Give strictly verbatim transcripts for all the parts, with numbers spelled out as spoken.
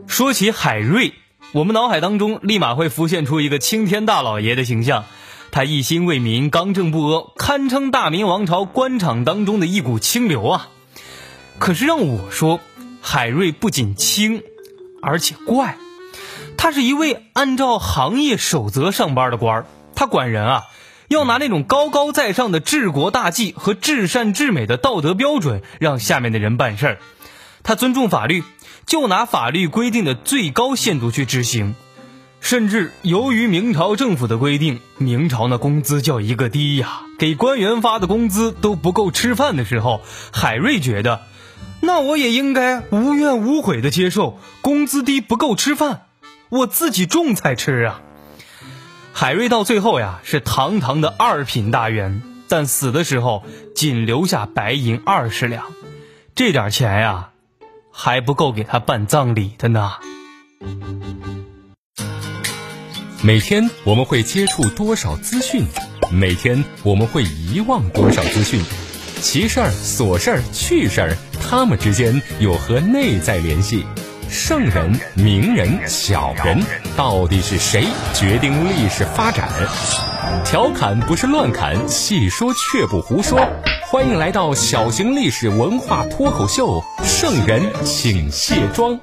说起海瑞，我们脑海当中立马会浮现出一个青天大老爷的形象，他一心为民，刚正不阿，堪称大明王朝官场当中的一股清流啊。可是让我说，海瑞不仅清，而且怪。他是一位按照行业守则上班的官儿，他管人啊，要拿那种高高在上的治国大计和至善至美的道德标准让下面的人办事儿。他尊重法律，就拿法律规定的最高限度去执行。甚至由于明朝政府的规定，明朝那工资叫一个低呀，给官员发的工资都不够吃饭的时候，海瑞觉得那我也应该无怨无悔地接受工资低不够吃饭，我自己种菜吃啊。海瑞到最后呀是堂堂的二品大员，但死的时候仅留下白银二十两，这点钱呀还不够给他办葬礼的呢。 每天我们会接触多少资讯，每天我们会遗忘多少资讯，奇事儿、琐事儿、趣事儿，他们之间有何内在联系？圣人、名人、小人，到底是谁决定历史发展？调侃不是乱侃，细说却不胡说。欢迎来到小型历史文化脱口秀，圣人请卸妆。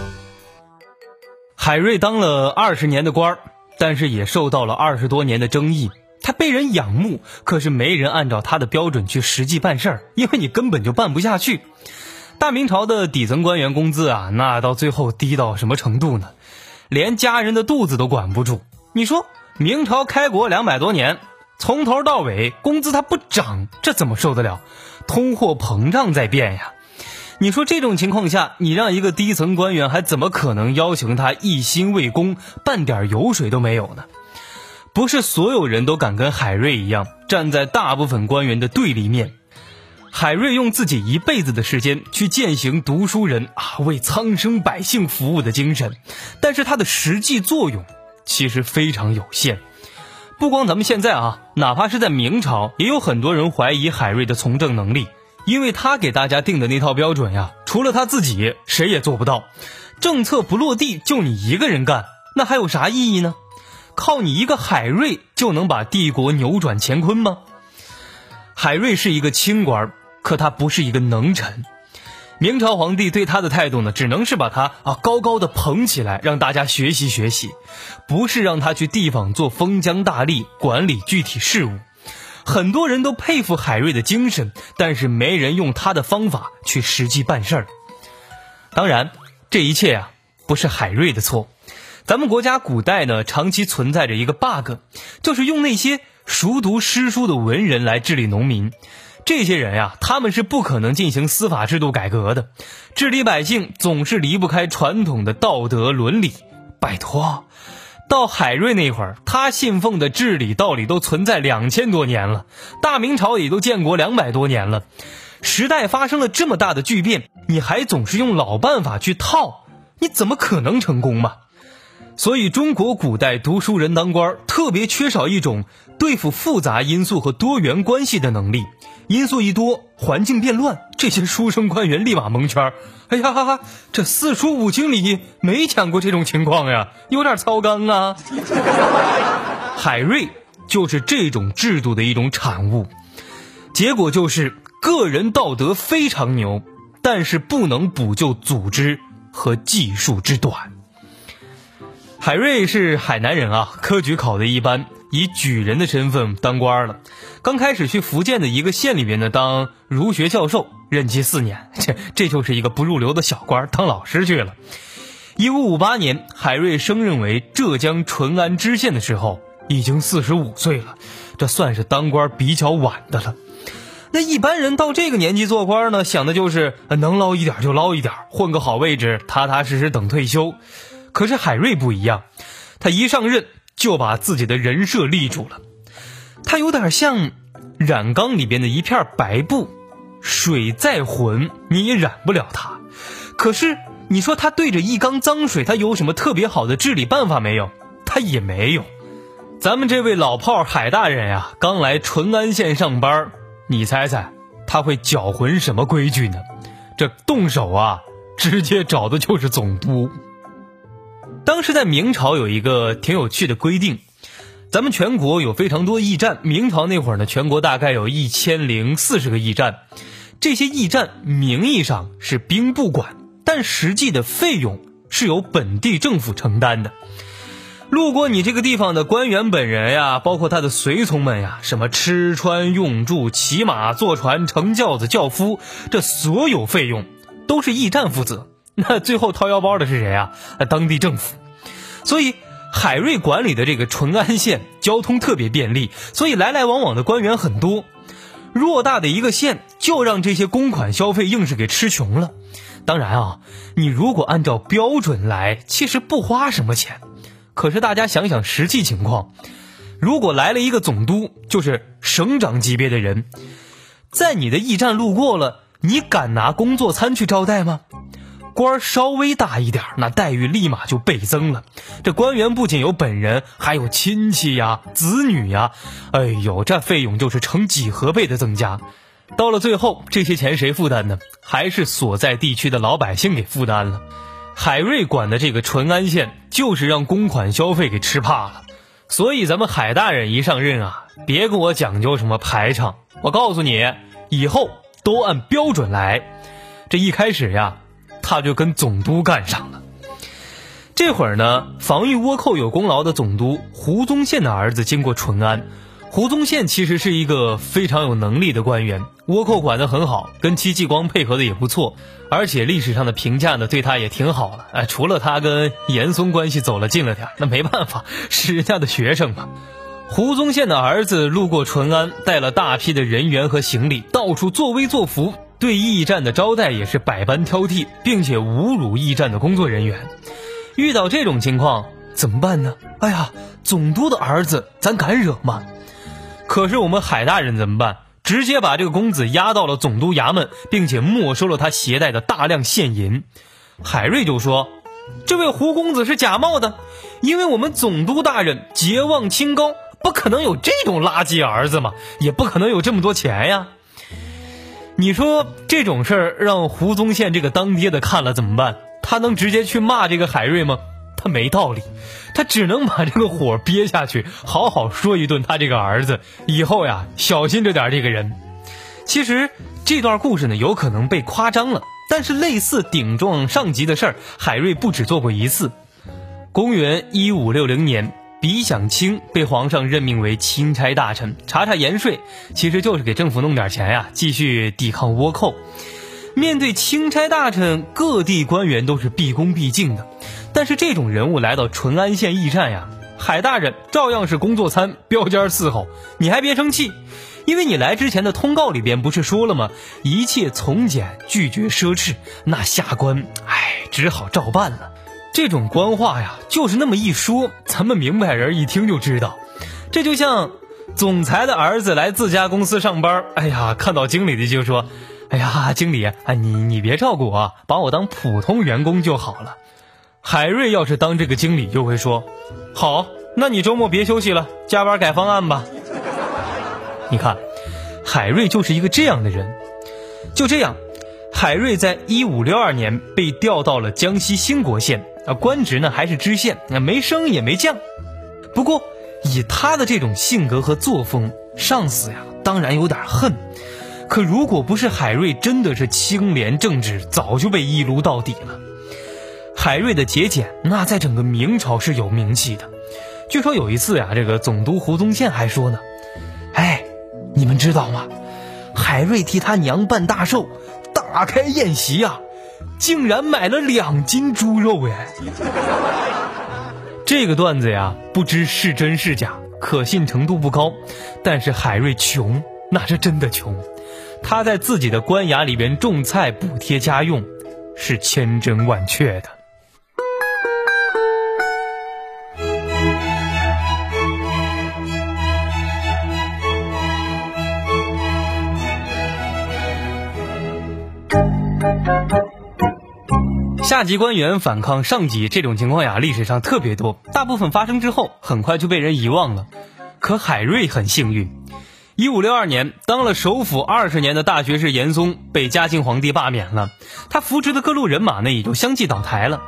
海瑞当了二十年的官儿，但是也受到了二十多年的争议。他被人仰慕，可是没人按照他的标准去实际办事儿，因为你根本就办不下去。大明朝的底层官员工资啊，那到最后低到什么程度呢？连家人的肚子都管不住。你说明朝开国两百多年，从头到尾工资它不涨，这怎么受得了？通货膨胀在变呀。你说这种情况下，你让一个低层官员还怎么可能要求他一心为公，半点油水都没有呢？不是所有人都敢跟海瑞一样站在大部分官员的对立面。海瑞用自己一辈子的时间去践行读书人啊为苍生百姓服务的精神，但是他的实际作用其实非常有限。不光咱们现在啊，哪怕是在明朝，也有很多人怀疑海瑞的从政能力，因为他给大家定的那套标准呀，除了他自己谁也做不到。政策不落地就你一个人干，那还有啥意义呢？靠你一个海瑞就能把帝国扭转乾坤吗？海瑞是一个清官，可他不是一个能臣。明朝皇帝对他的态度呢，只能是把他啊高高的捧起来，让大家学习学习，不是让他去地方做封疆大吏，管理具体事务。很多人都佩服海瑞的精神，但是没人用他的方法去实际办事儿。当然，这一切啊不是海瑞的错。咱们国家古代呢，长期存在着一个 bug， 就是用那些熟读诗书的文人来治理农民。这些人呀，他们是不可能进行司法制度改革的，治理百姓总是离不开传统的道德伦理。拜托，到海瑞那会儿，他信奉的治理道理都存在两千多年了，大明朝也都建国两百多年了。时代发生了这么大的巨变，你还总是用老办法去套，你怎么可能成功嘛？所以中国古代读书人当官特别缺少一种对付复杂因素和多元关系的能力。因素一多，环境变乱，这些书生官员立马蒙圈。哎呀哈哈，这四书五经里没讲过这种情况呀，有点糙纲啊。海瑞就是这种制度的一种产物，结果就是个人道德非常牛，但是不能补救组织和技术之短。海瑞是海南人啊，科举考的一般，以举人的身份当官了。刚开始去福建的一个县里面呢当儒学教授，任期四年，这这就是一个不入流的小官，当老师去了。一五五八年，海瑞升任为浙江淳安知县的时候，已经四十五岁了，这算是当官比较晚的了。那一般人到这个年纪做官呢，想的就是能捞一点就捞一点，混个好位置，踏踏实实等退休。可是海瑞不一样，他一上任就把自己的人设立住了。他有点像染缸里边的一片白布，水再浑你也染不了它。可是你说他对着一缸脏水，他有什么特别好的治理办法没有？他也没有。咱们这位老炮海大人呀，刚来淳安县上班，你猜猜他会搅浑什么规矩呢？这动手啊，直接找的就是总督。 当时在明朝有一个挺有趣的规定，咱们全国有非常多驿站，明朝那会儿呢，全国大概有一千零四十个驿站，这些驿站名义上是兵部管，但实际的费用是由本地政府承担的。路过你这个地方的官员本人呀，包括他的随从们呀，什么吃穿用住、骑马、坐船、乘轿子、轿夫，这所有费用都是驿站负责。那最后掏腰包的是谁啊？当地政府。所以海瑞管理的这个淳安县交通特别便利，所以来来往往的官员很多。偌大的一个县就让这些公款消费硬是给吃穷了。当然啊，你如果按照标准来，其实不花什么钱。可是大家想想实际情况，如果来了一个总督，就是省长级别的人，在你的驿站路过了，你敢拿工作餐去招待吗？官稍微大一点，那待遇立马就倍增了。这官员不仅有本人，还有亲戚呀、子女呀，哎呦，这费用就是成几何倍的增加。到了最后，这些钱谁负担呢？还是所在地区的老百姓给负担了。海瑞管的这个淳安县就是让公款消费给吃怕了。所以咱们海大人一上任啊，别跟我讲究什么排场，我告诉你，以后都按标准来。这一开始呀，他就跟总督干上了。这会儿呢，防御倭寇有功劳的总督胡宗宪的儿子经过淳安。胡宗宪其实是一个非常有能力的官员，倭寇管得很好，跟戚继光配合的也不错，而且历史上的评价呢对他也挺好的。哎，除了他跟严嵩关系走了近了点，那没办法，是人家的学生嘛。胡宗宪的儿子路过淳安，带了大批的人员和行李，到处作威作福，对驿站的招待也是百般挑剔，并且侮辱驿站的工作人员。遇到这种情况怎么办呢？哎呀，总督的儿子咱敢惹吗？可是我们海大人怎么办？直接把这个公子押到了总督衙门，并且没收了他携带的大量现银。海瑞就说，这位胡公子是假冒的，因为我们总督大人节望清高，不可能有这种垃圾儿子嘛，也不可能有这么多钱呀。你说这种事儿让胡宗宪这个当爹的看了怎么办？他能直接去骂这个海瑞吗？他没道理，他只能把这个火憋下去，好好说一顿他这个儿子，以后呀小心着点这个人。其实这段故事呢有可能被夸张了，但是类似顶撞上级的事儿，海瑞不止做过一次。公元一五六零年，比想清被皇上任命为钦差大臣，查查盐税，其实就是给政府弄点钱呀，继续抵抗倭寇。面对钦差大臣，各地官员都是毕恭毕敬的，但是这种人物来到淳安县驿站呀，海大人照样是工作餐标间伺候。你还别生气，因为你来之前的通告里边不是说了吗？一切从简，拒绝奢侈。那下官哎，只好照办了。这种官话呀，就是那么一说，咱们明白人一听就知道。这就像总裁的儿子来自家公司上班，哎呀，看到经理的就说，哎呀，经理，哎，你你别照顾我，把我当普通员工就好了。海瑞要是当这个经理，就会说，好，那你周末别休息了，加班改方案吧。你看，海瑞就是一个这样的人。就这样，海瑞在一五六二年被调到了江西兴国县，啊，官职呢还是知县，没升也没降。不过以他的这种性格和作风，上司呀当然有点恨。可如果不是海瑞真的是清廉正直，早就被一撸到底了。海瑞的节俭那在整个明朝是有名气的。据说有一次呀，这个总督胡宗宪还说呢，哎，你们知道吗？海瑞替他娘办大寿，大开宴席啊，竟然买了两斤猪肉哎。这个段子呀，不知是真是假，可信程度不高，但是海瑞穷，那是真的穷。他在自己的官衙里边种菜补贴家用，是千真万确的。下级官员反抗上级这种情况呀，历史上特别多，大部分发生之后很快就被人遗忘了。可海瑞很幸运，一五六二年，当了首辅二十年的大学士严嵩被嘉靖皇帝罢免了，他扶持的各路人马呢也就相继倒台了。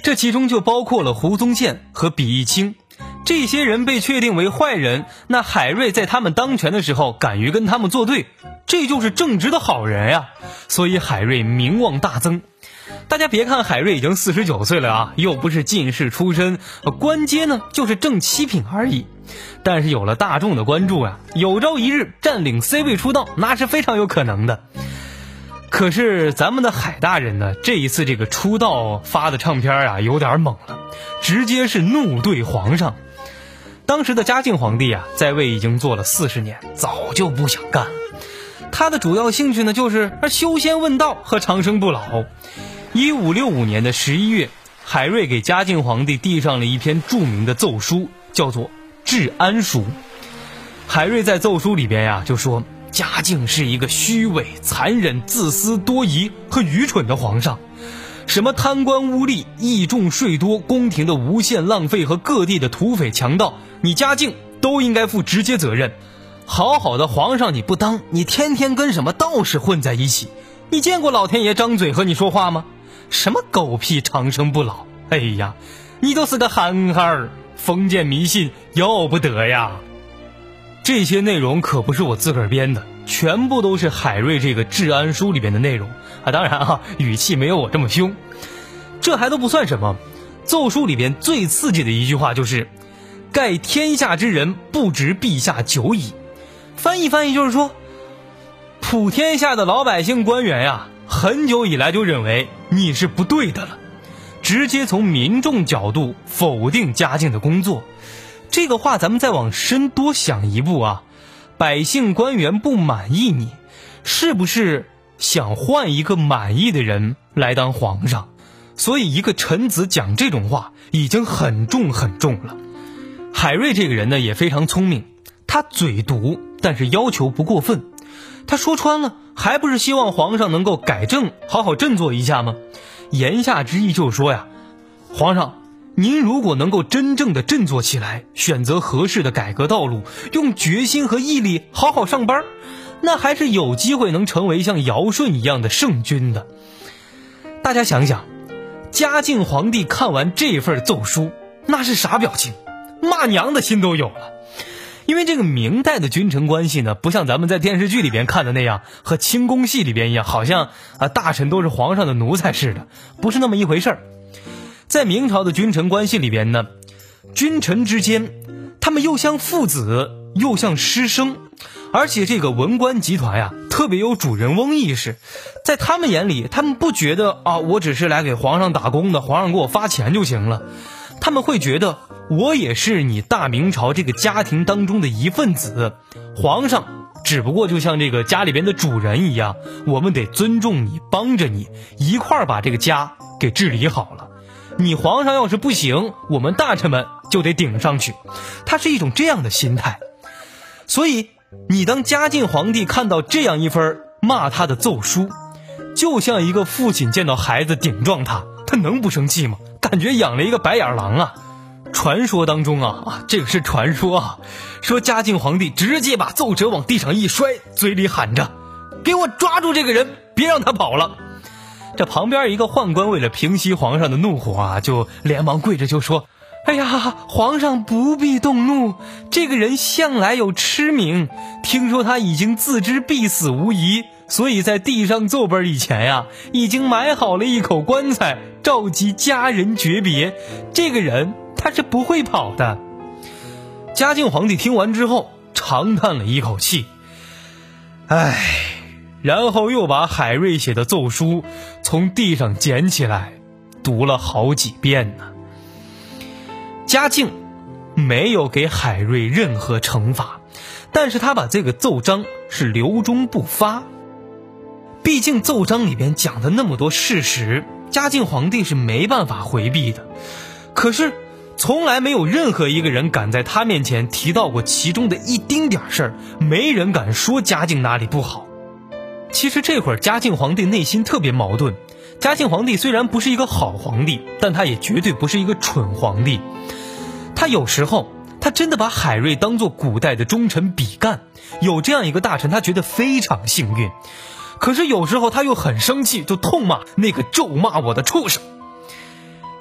这其中就包括了胡宗宪和比翼清。这些人被确定为坏人，那海瑞在他们当权的时候敢于跟他们作对，这就是正直的好人呀。所以海瑞名望大增。大家别看海瑞已经四十九岁了啊，又不是进士出身，官阶呢就是正七品而已。但是有了大众的关注呀、啊，有朝一日占领 C 位出道，那是非常有可能的。可是咱们的海大人呢，这一次这个出道发的唱片啊，有点猛了，直接是怒对皇上。当时的嘉靖皇帝啊，在位已经做了四十年，早就不想干了。他的主要兴趣呢，就是修仙问道和长生不老。一五六五年的十一月，海瑞给嘉靖皇帝递上了一篇著名的奏书，叫做《治安书》。海瑞在奏书里边呀、啊，就说嘉靖是一个虚伪、残忍、自私、多疑和愚蠢的皇上。什么贪官污吏、役重税多、宫廷的无限浪费和各地的土匪强盗，你嘉靖都应该负直接责任。好好的皇上你不当，你天天跟什么道士混在一起，你见过老天爷张嘴和你说话吗？什么狗屁长生不老，哎呀，你都是个憨孩儿，封建迷信要不得呀。这些内容可不是我自个儿编的，全部都是海瑞这个治安书里边的内容啊，当然啊，语气没有我这么凶。这还都不算什么，奏书里边最刺激的一句话就是盖天下之人不知陛下久矣。翻译翻译就是说，普天下的老百姓官员呀，很久以来就认为你是不对的了，直接从民众角度否定嘉靖的工作。这个话咱们再往深多想一步啊，百姓官员不满意你，是不是想换一个满意的人来当皇上？所以一个臣子讲这种话已经很重很重了。海瑞这个人呢也非常聪明，他嘴毒，但是要求不过分。他说穿了，还不是希望皇上能够改正，好好振作一下吗？言下之意就是说呀，皇上，您如果能够真正的振作起来，选择合适的改革道路，用决心和毅力好好上班，那还是有机会能成为像尧舜一样的圣君的。大家想想，嘉靖皇帝看完这份奏书，那是啥表情？骂娘的心都有了。因为这个明代的君臣关系呢，不像咱们在电视剧里边看的那样，和清宫戏里边一样，好像啊大臣都是皇上的奴才似的，不是那么一回事儿。在明朝的君臣关系里边呢，君臣之间，他们又像父子，又像师生，而且这个文官集团呀，特别有主人翁意识。在他们眼里，他们不觉得啊，我只是来给皇上打工的，皇上给我发钱就行了。他们会觉得我也是你大明朝这个家庭当中的一份子，皇上只不过就像这个家里边的主人一样，我们得尊重你，帮着你一块儿把这个家给治理好了。你皇上要是不行，我们大臣们就得顶上去。他是一种这样的心态。所以你当嘉靖皇帝看到这样一份骂他的奏书，就像一个父亲见到孩子顶撞他，他能不生气吗？感觉养了一个白眼狼啊。传说当中啊啊，这个是传说啊，说嘉靖皇帝直接把奏折往地上一摔，嘴里喊着给我抓住这个人，别让他跑了。这旁边一个宦官为了平息皇上的怒火啊，就连忙跪着就说，哎呀，皇上不必动怒，这个人向来有痴名，听说他已经自知必死无疑，所以在地上奏本以前呀、啊，已经埋好了一口棺材，召集家人诀别，这个人他是不会跑的。嘉靖皇帝听完之后长叹了一口气，唉，然后又把海瑞写的奏书从地上捡起来读了好几遍呢。嘉靖没有给海瑞任何惩罚，但是他把这个奏章是留中不发。毕竟奏章里边讲的那么多事实，嘉靖皇帝是没办法回避的。可是从来没有任何一个人敢在他面前提到过其中的一丁点事儿，没人敢说嘉靖哪里不好。其实这会儿嘉靖皇帝内心特别矛盾，嘉靖皇帝虽然不是一个好皇帝，但他也绝对不是一个蠢皇帝。他有时候他真的把海瑞当作古代的忠臣比干，有这样一个大臣他觉得非常幸运。可是有时候他又很生气，就痛骂那个咒骂我的畜生。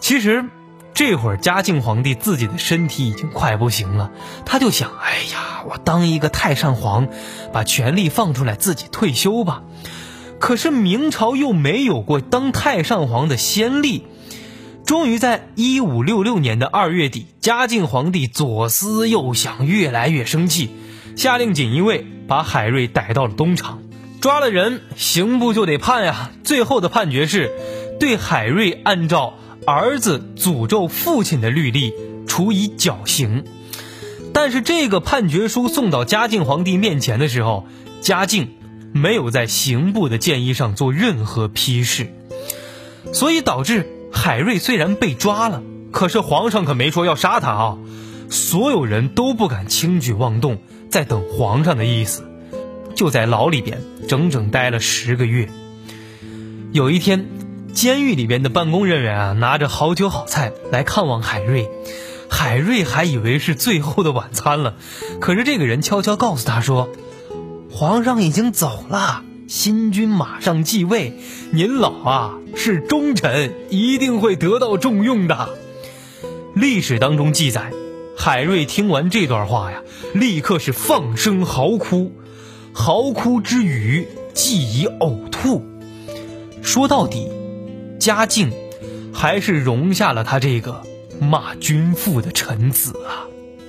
其实这会儿嘉靖皇帝自己的身体已经快不行了，他就想，哎呀，我当一个太上皇，把权力放出来自己退休吧。可是明朝又没有过当太上皇的先例。终于在一五六六年的二月底，嘉靖皇帝左思右想，越来越生气，下令锦衣卫把海瑞逮到了东厂。抓了人，刑部就得判呀。最后的判决是对海瑞按照儿子诅咒父亲的律例处以绞刑。但是这个判决书送到嘉靖皇帝面前的时候，嘉靖没有在刑部的建议上做任何批示，所以导致海瑞虽然被抓了，可是皇上可没说要杀他啊，所有人都不敢轻举妄动，在等皇上的意思，就在牢里边整整待了十个月。有一天，监狱里边的办公人员啊，拿着好酒好菜来看望海瑞。海瑞还以为是最后的晚餐了，可是这个人悄悄告诉他说，皇上已经走了，新君马上继位，您老啊是忠臣，一定会得到重用的。历史当中记载，海瑞听完这段话呀，立刻是放声嚎哭，嚎哭之余即已呕吐。说到底，嘉靖还是容下了他这个骂君父的臣子啊。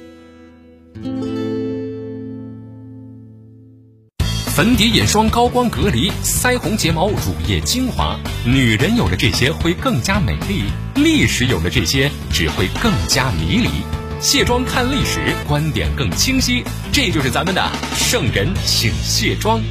粉底眼霜高光隔离，腮红睫毛乳液精华，女人有了这些会更加美丽，历史有了这些只会更加迷离。卸妆看历史，观点更清晰，这就是咱们的圣人请卸妆。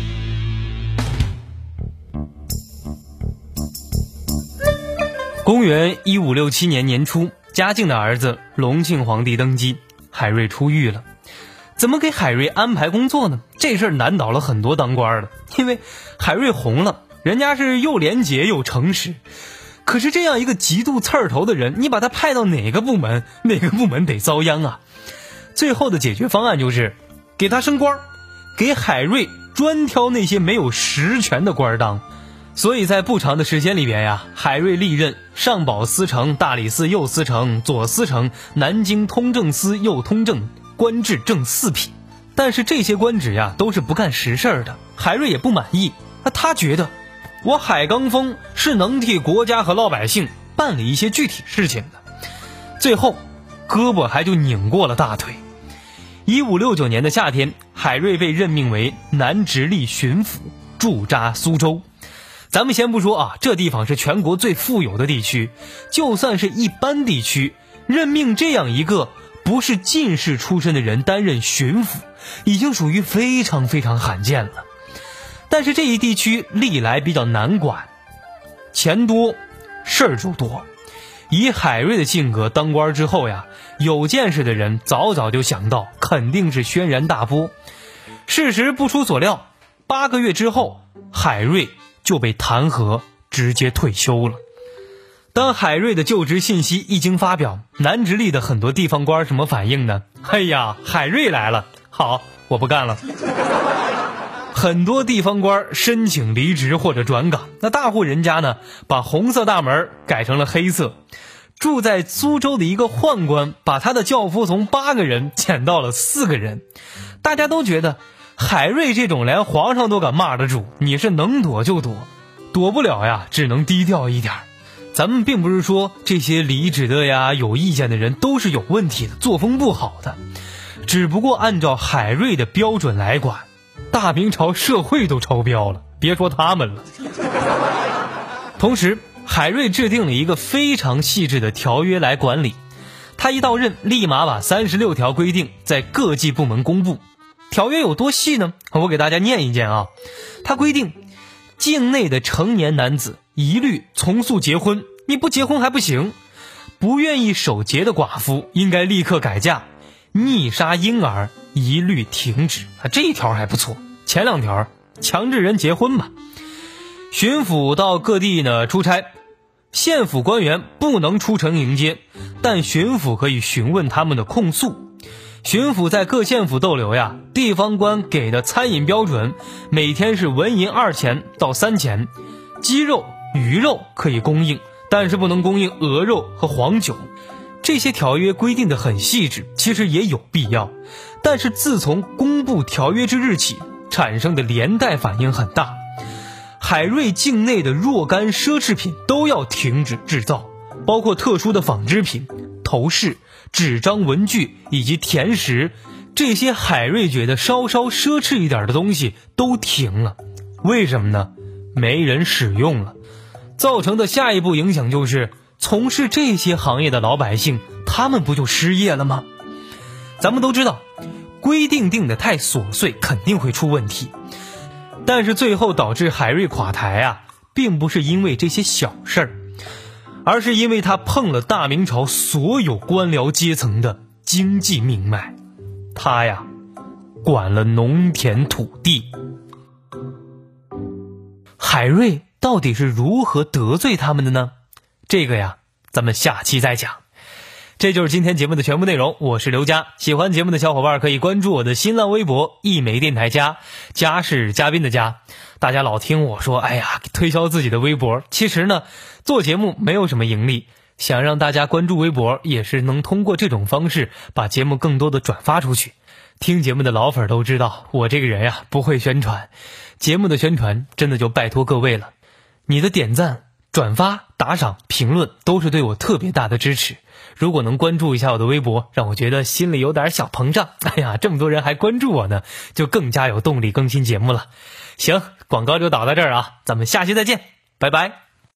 公元一五六七年年初，嘉靖的儿子隆庆皇帝登基，海瑞出狱了。怎么给海瑞安排工作呢？这事儿难倒了很多当官的，因为海瑞红了，人家是又廉洁又诚实。可是这样一个极度刺儿头的人，你把他派到哪个部门，哪个部门得遭殃啊。最后的解决方案就是给他升官，给海瑞专挑那些没有实权的官当。所以在不长的时间里边呀，海瑞历任上保司丞、大理寺右司丞、左司丞、南京通政司右通政，官至正四品。但是这些官职呀都是不干实事的，海瑞也不满意。他觉得我海刚峰是能替国家和老百姓办理一些具体事情的。最后胳膊还就拧过了大腿。一五六九年的夏天，海瑞被任命为南直隶巡抚，驻扎苏州。咱们先不说啊，这地方是全国最富有的地区，就算是一般地区，任命这样一个不是进士出身的人担任巡抚，已经属于非常非常罕见了。但是这一地区历来比较难管，钱多事儿就多。以海瑞的性格当官之后呀，有见识的人早早就想到肯定是轩然大波。事实不出所料，八个月之后，海瑞就被弹劾，直接退休了。当海瑞的就职信息一经发表，南直隶的很多地方官什么反应呢？哎呀，海瑞来了，好，我不干了。很多地方官申请离职或者转岗，那大户人家呢，把红色大门改成了黑色。住在苏州的一个宦官，把他的轿夫从八个人减到了四个人。大家都觉得海瑞这种连皇上都敢骂得住，你是能躲就躲，躲不了呀，只能低调一点。咱们并不是说这些离职的呀、有意见的人都是有问题的、作风不好的，只不过按照海瑞的标准来管，大明朝社会都超标了，别说他们了。同时，海瑞制定了一个非常细致的条约来管理。他一到任，立马把三十六条规定在各级部门公布。条约有多细呢？我给大家念一念啊。他规定，境内的成年男子一律从速结婚，你不结婚还不行。不愿意守节的寡妇应该立刻改嫁，溺杀婴儿一律停止。啊，这一条还不错。前两条强制人结婚吧。巡抚到各地呢出差，县府官员不能出城迎接，但巡抚可以询问他们的控诉。巡抚在各县府逗留呀，地方官给的餐饮标准每天是文银二钱到三钱，鸡肉、鱼肉可以供应， 但是不能供应鹅肉和黄酒。这些条约规定的很细致，其实也有必要，但是自从公布条约之日起，产生的连带反应很大。海瑞境内的若干奢侈品都要停止制造，包括特殊的纺织品、头饰、纸张文具以及甜食，这些海瑞觉得稍稍奢侈一点的东西都停了。为什么呢？没人使用了。造成的下一步影响就是从事这些行业的老百姓，他们不就失业了吗？咱们都知道，规定定的太琐碎肯定会出问题，但是最后导致海瑞垮台啊，并不是因为这些小事儿，而是因为他碰了大明朝所有官僚阶层的经济命脉。他呀，管了农田土地。海瑞到底是如何得罪他们的呢？这个呀，咱们下期再讲。这就是今天节目的全部内容，我是刘佳。喜欢节目的小伙伴可以关注我的新浪微博一枚电台家，家是嘉宾的家。大家老听我说，哎呀，推销自己的微博，其实呢，做节目没有什么盈利，想让大家关注微博，也是能通过这种方式把节目更多的转发出去。听节目的老粉都知道，我这个人呀，不会宣传，节目的宣传真的就拜托各位了。你的点赞、转发、打赏、评论都是对我特别大的支持。如果能关注一下我的微博，让我觉得心里有点小膨胀，哎呀，这么多人还关注我呢，就更加有动力更新节目了。行，广告就打到这儿啊，咱们下期再见，拜拜。